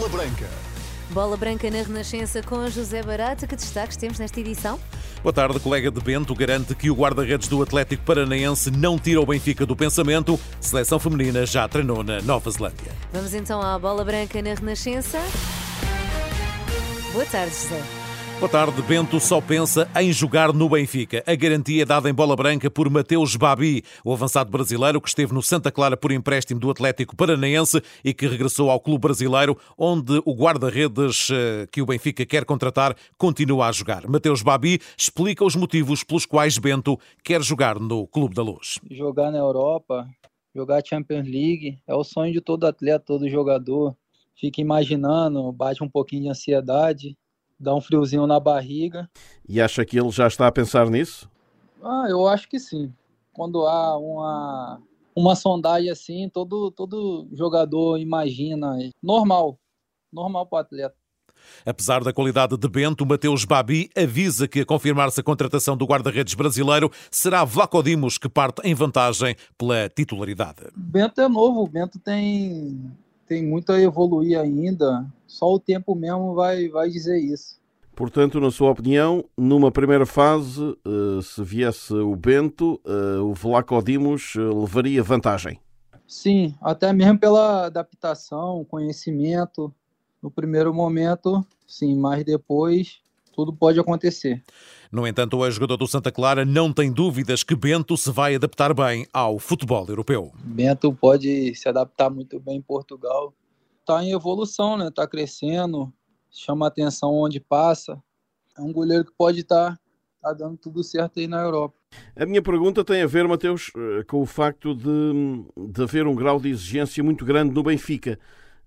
Bola Branca. Bola Branca na Renascença com José Barata. Que destaques temos nesta edição? Boa tarde. Colega de Bento garante que o guarda-redes do Atlético Paranaense não tira o Benfica do pensamento. Seleção feminina já treinou na Nova Zelândia. Vamos então à Bola Branca na Renascença. Boa tarde, José. Boa tarde. Bento só pensa em jogar no Benfica. A garantia é dada em bola branca por Mateus Babi, o avançado brasileiro que esteve no Santa Clara por empréstimo do Atlético Paranaense e que regressou ao clube brasileiro, onde o guarda-redes que o Benfica quer contratar continua a jogar. Mateus Babi explica os motivos pelos quais Bento quer jogar no Clube da Luz. Jogar na Europa, jogar Champions League, é o sonho de todo atleta, todo jogador. Fica imaginando, bate um pouquinho de ansiedade, dá um friozinho na barriga. E acha que ele já está a pensar nisso? Eu acho que sim. Quando há uma sondagem assim, todo jogador imagina. Normal para o atleta. Apesar da qualidade de Bento, Mateus Babi avisa que, a confirmar-se a contratação do guarda-redes brasileiro, será Vlaco Dimos que parte em vantagem pela titularidade. Bento é novo, o Bento tem muito a evoluir ainda. Só o tempo mesmo vai dizer isso. Portanto, na sua opinião, numa primeira fase, se viesse o Bento, o Vlaco Dimos levaria vantagem? Sim, até mesmo pela adaptação, conhecimento. No primeiro momento, sim, mas depois tudo pode acontecer. No entanto, o ex-jogador do Santa Clara não tem dúvidas que Bento se vai adaptar bem ao futebol europeu. Bento pode se adaptar muito bem em Portugal. Está em evolução, né? Está crescendo, chama atenção onde passa. É um goleiro que pode estar dando tudo certo aí na Europa. A minha pergunta tem a ver, Mateus, com o facto de haver um grau de exigência muito grande no Benfica.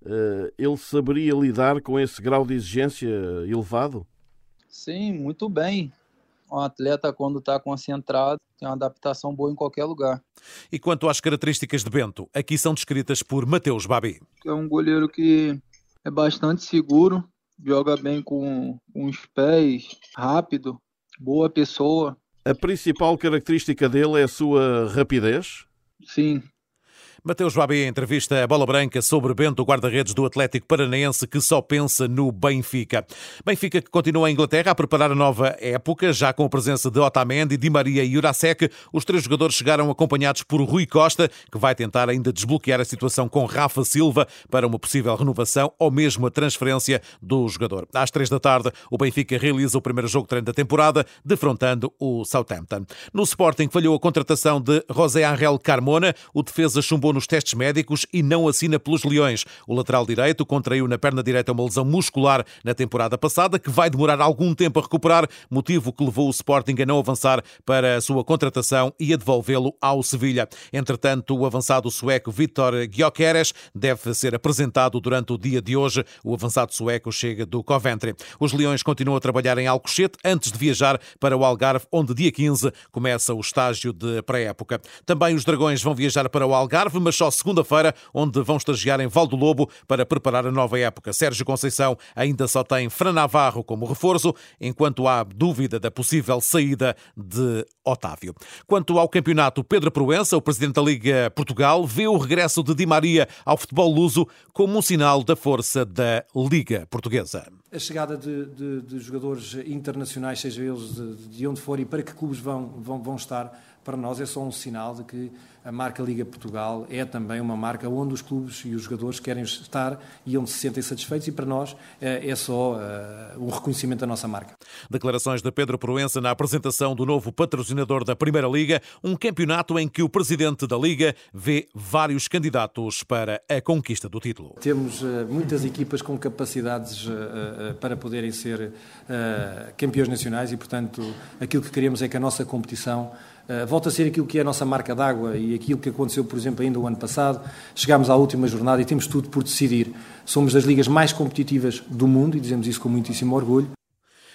Ele saberia lidar com esse grau de exigência elevado? Sim, muito bem. Um atleta, quando está concentrado, tem uma adaptação boa em qualquer lugar. E quanto às características de Bento, aqui são descritas por Mateus Babi. É um goleiro que é bastante seguro, joga bem com os pés, rápido, boa pessoa. A principal característica dele é a sua rapidez? Sim. Mateus Babi, em entrevista à Bola Branca sobre Bento, guarda-redes do Atlético Paranaense que só pensa no Benfica. Benfica que continua em Inglaterra a preparar a nova época, já com a presença de Otamendi, Di Maria e Jurasek. Os três jogadores chegaram acompanhados por Rui Costa, que vai tentar ainda desbloquear a situação com Rafa Silva para uma possível renovação ou mesmo a transferência do jogador. Às 3 da tarde, o Benfica realiza o primeiro jogo de treino da temporada, defrontando o Southampton. No Sporting falhou a contratação de José Ángel Carmona, o defesa chumbou nos testes médicos e não assina pelos Leões. O lateral direito contraiu na perna direita uma lesão muscular na temporada passada, que vai demorar algum tempo a recuperar, motivo que levou o Sporting a não avançar para a sua contratação e a devolvê-lo ao Sevilha. Entretanto, o avançado sueco Viktor Gyökeres deve ser apresentado durante o dia de hoje. O avançado sueco chega do Coventry. Os Leões continuam a trabalhar em Alcochete antes de viajar para o Algarve, onde dia 15 começa o estágio de pré-época. Também os Dragões vão viajar para o Algarve, mas só segunda-feira, onde vão estagiar em Val do Lobo para preparar a nova época. Sérgio Conceição ainda só tem Fran Navarro como reforço, enquanto há dúvida da possível saída de Otávio. Quanto ao campeonato, Pedro Proença, o presidente da Liga Portugal, vê o regresso de Di Maria ao futebol luso como um sinal da força da Liga Portuguesa. A chegada de jogadores internacionais, seja eles de onde for e para que clubes vão estar, para nós é só um sinal de que a marca Liga Portugal é também uma marca onde os clubes e os jogadores querem estar e onde se sentem satisfeitos, e para nós é só um reconhecimento da nossa marca. Declarações de Pedro Proença na apresentação do novo patrocinador da Primeira Liga, um campeonato em que o presidente da Liga vê vários candidatos para a conquista do título. Temos muitas equipas com capacidades para poderem ser campeões nacionais e, portanto, aquilo que queremos é que a nossa competição volta a ser aquilo que é a nossa marca d'água e aquilo que aconteceu, por exemplo, ainda o ano passado. Chegámos à última jornada e temos tudo por decidir. Somos das ligas mais competitivas do mundo e dizemos isso com muitíssimo orgulho.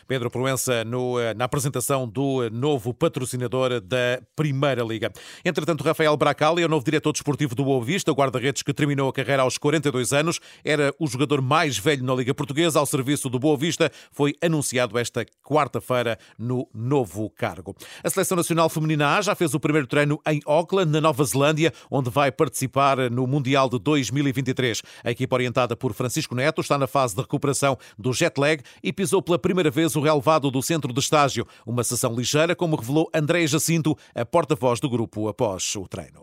Pedro Proença na apresentação do novo patrocinador da Primeira Liga. Entretanto, Rafael Bracali é o novo diretor desportivo do Boa Vista, o guarda-redes que terminou a carreira aos 42 anos. Era o jogador mais velho na Liga Portuguesa. Ao serviço do Boa Vista, foi anunciado esta quarta-feira no novo cargo. A Seleção Nacional Feminina A já fez o primeiro treino em Auckland, na Nova Zelândia, onde vai participar no Mundial de 2023. A equipa, orientada por Francisco Neto, está na fase de recuperação do jet lag e pisou pela primeira vez o relevado do centro de estágio. Uma sessão ligeira, como revelou Andréa Jacinto, a porta-voz do grupo após o treino.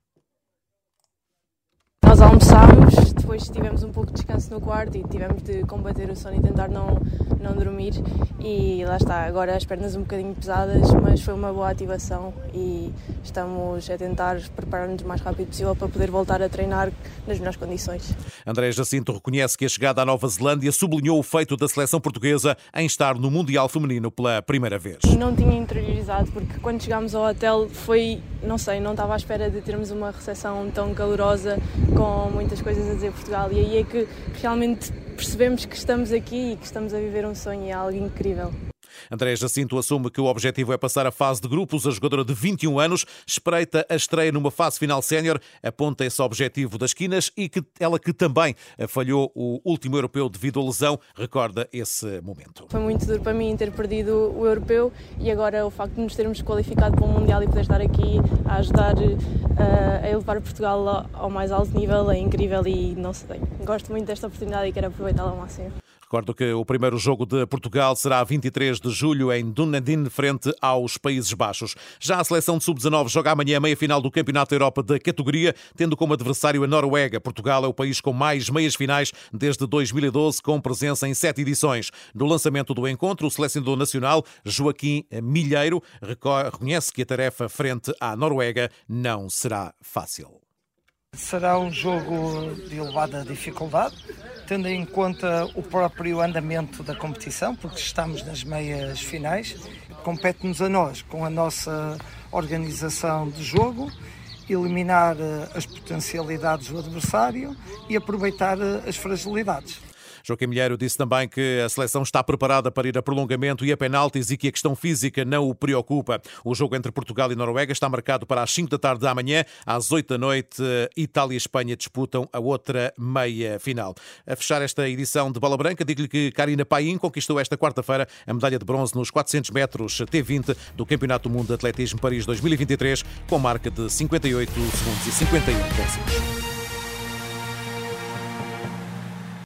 Nós almoçámos, depois tivemos um pouco de descanso no quarto e tivemos de combater o sono e tentar não dormir, e lá está, agora as pernas um bocadinho pesadas, mas foi uma boa ativação e estamos a tentar preparar-nos o mais rápido possível para poder voltar a treinar nas melhores condições. André Jacinto reconhece que a chegada à Nova Zelândia sublinhou o feito da seleção portuguesa em estar no Mundial Feminino pela primeira vez. Não tinha interiorizado, porque quando chegámos ao hotel foi, não estava à espera de termos uma recepção tão calorosa, com muitas coisas a dizer Portugal, e aí é que realmente percebemos que estamos aqui e que estamos a viver um sonho, é algo incrível. André Jacinto assume que o objetivo é passar a fase de grupos. A jogadora de 21 anos espreita a estreia numa fase final sénior, aponta esse objetivo das quinas e que ela que também falhou o último europeu devido à lesão, recorda esse momento. Foi muito duro para mim ter perdido o europeu e agora o facto de nos termos qualificado para o Mundial e poder estar aqui a ajudar a elevar Portugal ao mais alto nível é incrível e não sei, gosto muito desta oportunidade e quero aproveitá-la ao máximo. Recordo que o primeiro jogo de Portugal será a 23 de julho em Dunedin, frente aos Países Baixos. Já a seleção de sub-19 joga amanhã a meia-final do Campeonato da Europa da categoria, tendo como adversário a Noruega. Portugal é o país com mais meias-finais desde 2012, com presença em 7 edições. No lançamento do encontro, o selecionador nacional, Joaquim Milheiro, reconhece que a tarefa frente à Noruega não será fácil. Será um jogo de elevada dificuldade, tendo em conta o próprio andamento da competição, porque estamos nas meias finais. Compete-nos a nós, com a nossa organização de jogo, eliminar as potencialidades do adversário e aproveitar as fragilidades. Joaquim Milheiro disse também que a seleção está preparada para ir a prolongamento e a penaltis e que a questão física não o preocupa. O jogo entre Portugal e Noruega está marcado para as 5 da tarde da manhã. Às 8 da noite, Itália e Espanha disputam a outra meia-final. A fechar esta edição de Bola Branca, digo-lhe que Karina Paim conquistou esta quarta-feira a medalha de bronze nos 400 metros T20 do Campeonato do Mundo de Atletismo Paris 2023 com marca de 58 segundos e 51 décimos.